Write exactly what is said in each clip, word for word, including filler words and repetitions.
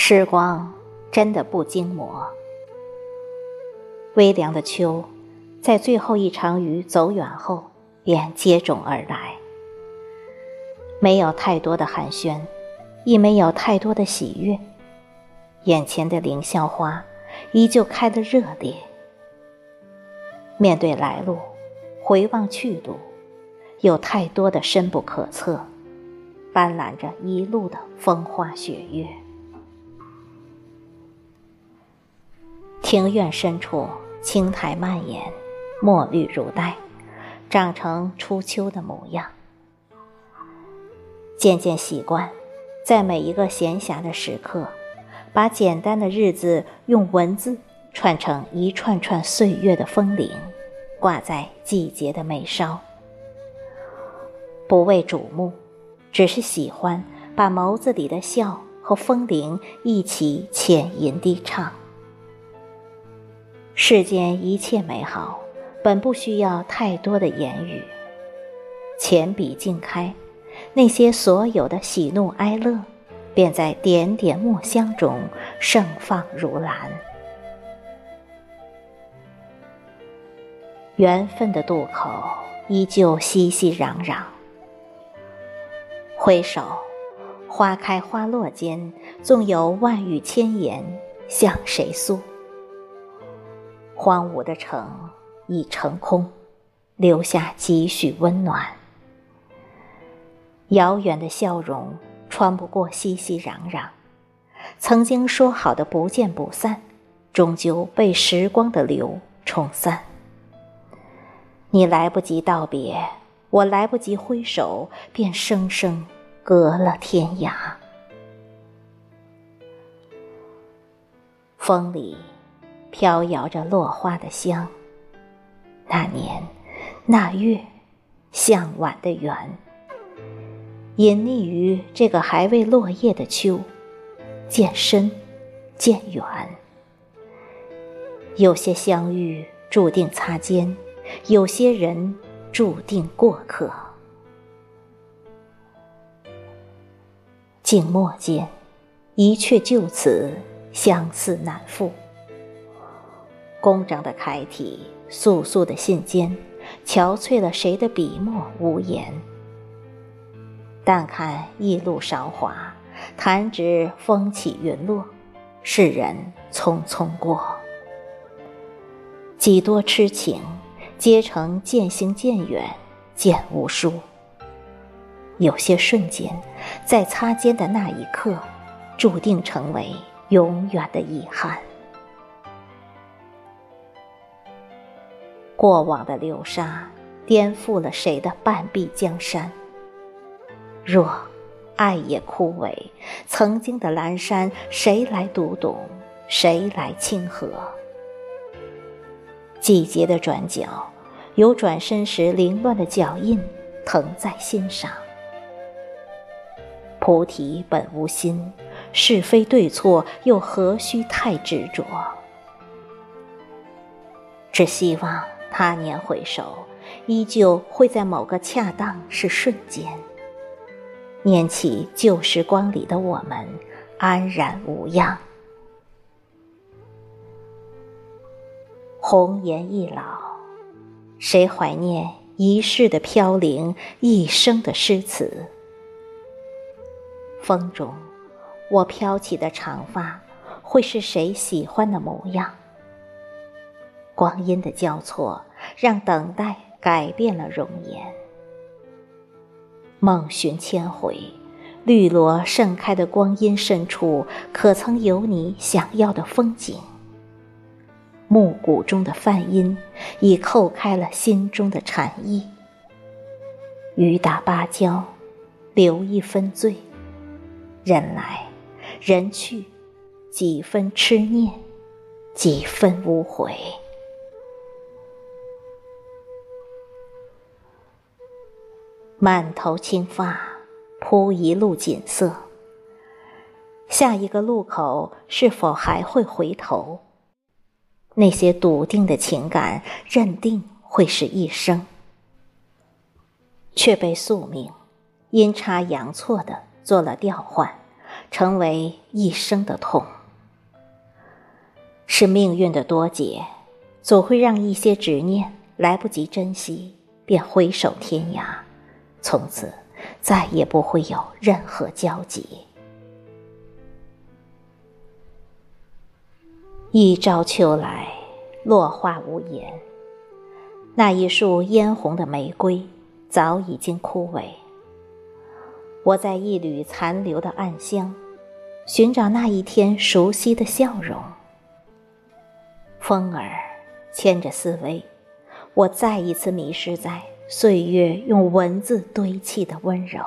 时光真的不经磨。微凉的秋，在最后一场雨走远后，便接踵而来。没有太多的寒暄，亦没有太多的喜悦，眼前的凌霄花依旧开得热烈。面对来路，回望去路，有太多的深不可测，斑斓着一路的风花雪月。庭院深处，青苔蔓延，墨绿如黛，长成初秋的模样。渐渐习惯，在每一个闲暇的时刻，把简单的日子用文字串成一串串岁月的风铃，挂在季节的眉梢。不为瞩目，只是喜欢把眸子里的笑和风铃一起浅吟低唱。世间一切美好，本不需要太多的言语，浅笔静开，那些所有的喜怒哀乐，便在点点墨香中盛放如兰。缘分的渡口依旧熙熙攘攘，回首，花开花落间，纵有万语千言，向谁诉？荒芜的城已成空，留下几许温暖。遥远的笑容穿不过熙熙攘攘，曾经说好的不见不散，终究被时光的流冲散。你来不及道别，我来不及挥手，便生生隔了天涯。风里飘摇着落花的香，那年那月向晚的圆，隐匿于这个还未落叶的秋，渐深渐远。有些相遇注定擦肩，有些人注定过客。静默间，一阙就此相思难复。工整的楷体，素素的信笺，憔悴了谁的笔墨无言。但看一路韶华，弹指风起云落，世人匆匆过。几多痴情，皆成渐行渐远，渐无书。有些瞬间，在擦肩的那一刻，注定成为永远的遗憾。过往的流沙颠覆了谁的半壁江山。若爱也枯萎，曾经的阑珊，谁来读懂，谁来清河？季节的转角，有转身时凌乱的脚印疼在心上。菩提本无心，是非对错又何须太执着？只希望他年回首，依旧会在某个恰当是瞬间，念起旧时光里的我们，安然无恙。红颜易老，谁怀念一世的飘零，一生的诗词？风中，我飘起的长发，会是谁喜欢的模样？光阴的交错，让等待改变了容颜。梦寻千回，绿萝盛开的光阴深处，可曾有你想要的风景？暮鼓中的梵音，已叩开了心中的禅意。雨打芭蕉，留一分醉，人来人去，几分痴念，几分无悔。满头青发，铺一路锦瑟。下一个路口，是否还会回头？那些笃定的情感，认定会是一生，却被宿命阴差阳错地做了调换， 成为一生的痛。是命运的多劫，总会让一些执念来不及珍惜，便挥手天涯，从此再也不会有任何交集。一朝秋来，落花无言，那一束嫣红的玫瑰早已经枯萎。我在一缕残留的暗香，寻找那一天熟悉的笑容。风儿牵着思维，我再一次迷失在岁月用文字堆砌的温柔。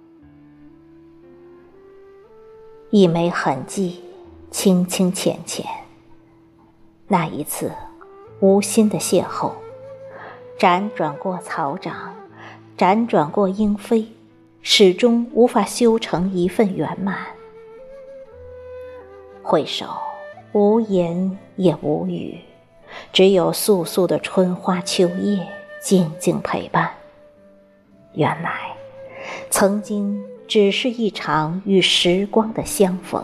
一枚痕迹，清清浅浅，那一次无心的邂逅，辗转过草长，辗转过莺飞，始终无法修成一份圆满。回首无言也无语，只有素素的春花秋叶静静陪伴。原来曾经只是一场与时光的相逢。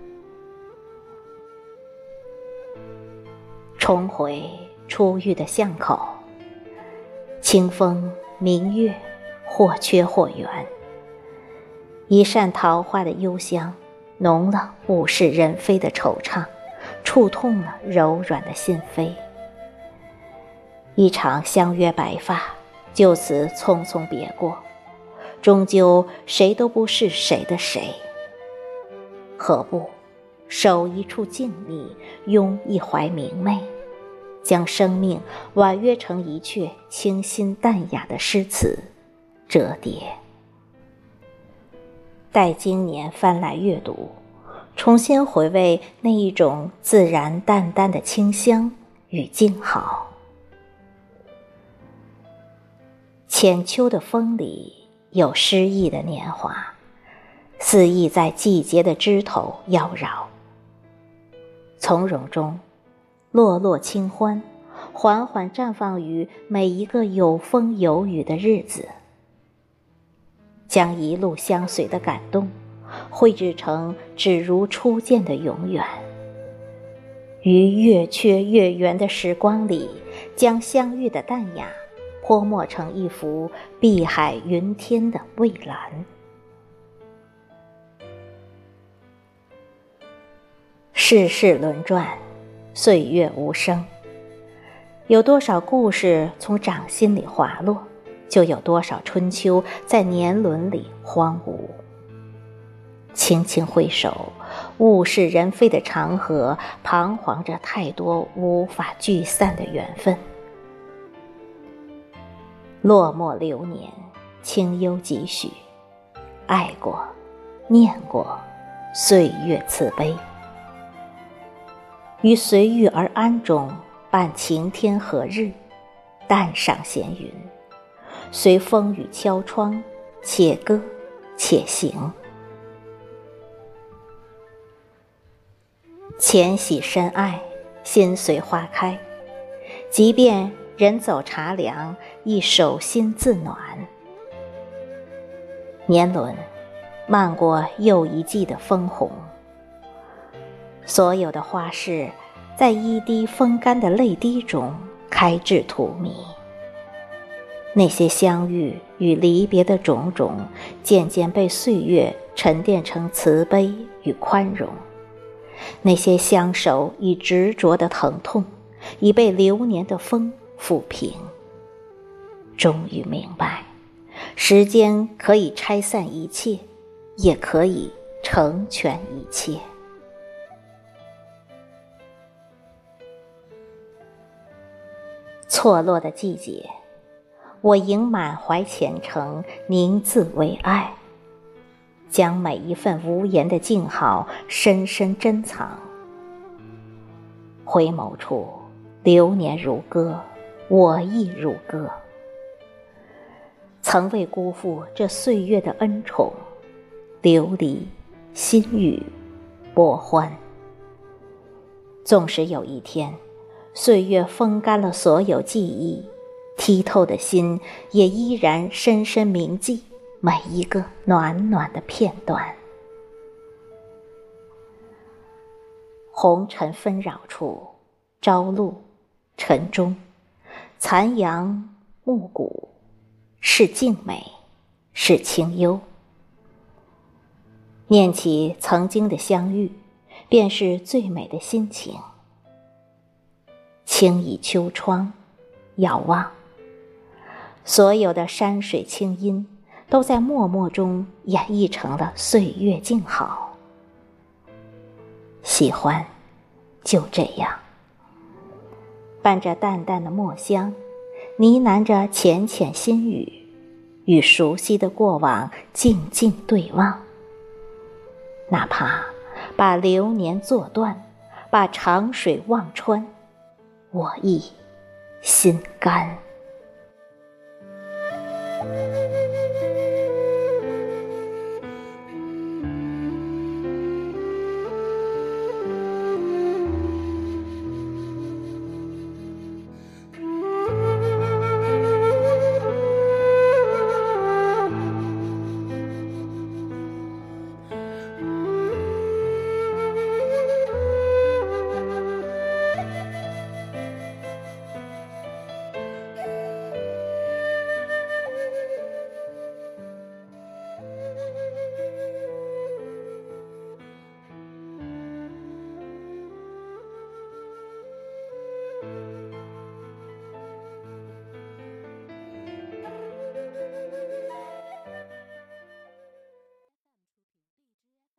重回初遇的巷口，清风明月，或缺或圆，一扇桃花的幽香，浓了物是人非的惆怅，触痛了柔软的心扉。一场相约白发，就此匆匆别过，终究谁都不是谁的谁。何不守一处静谧，拥一怀明媚，将生命婉约成一阙清新淡雅的诗词，折叠。待今年翻来阅读，重新回味那一种自然淡淡的清香与静好。浅秋的风里有诗意的年华，肆意在季节的枝头妖娆。从容中落落清欢，缓缓绽放于每一个有风有雨的日子，将一路相随的感动绘制成只如初见的永远。于月缺月圆的时光里，将相遇的淡雅泼墨成一幅碧海云天的蔚蓝。世事轮转，岁月无声，有多少故事从掌心里滑落，就有多少春秋在年轮里荒芜。轻轻挥手，物是人非的长河彷徨着太多无法聚散的缘分。落寞流年，清幽几许，爱过，念过，岁月慈悲。于随遇而安中，伴晴天和日，淡赏闲云，随风雨敲窗，且歌且行。浅喜深爱，心随花开，即便人走茶凉，亦手心自暖。年轮漫过又一季的枫红，所有的花事在一滴风干的泪滴中开至荼蘼。那些相遇与离别的种种，渐渐被岁月沉淀成慈悲与宽容。那些相守与执着的疼痛，已被流年的风抚平。终于明白，时间可以拆散一切，也可以成全一切。错落的季节，我仍满怀虔诚，凝字为爱，将每一份无言的静好深深珍藏。回眸处，流年如歌，我亦如歌。曾未辜负这岁月的恩宠，流离心语波欢。纵使有一天岁月风干了所有记忆，剔透的心也依然深深铭记每一个暖暖的片段。 红尘纷扰处，朝露、晨钟、残阳、暮鼓，是静美，是清幽。念起曾经的相遇，便是最美的心情。轻倚秋窗，遥望，所有的山水清音都在默默中演绎成了岁月静好。喜欢就这样，伴着淡淡的墨香，呢喃着浅浅心语，与熟悉的过往静静对望。哪怕把流年作断，把长水望穿，我亦心甘。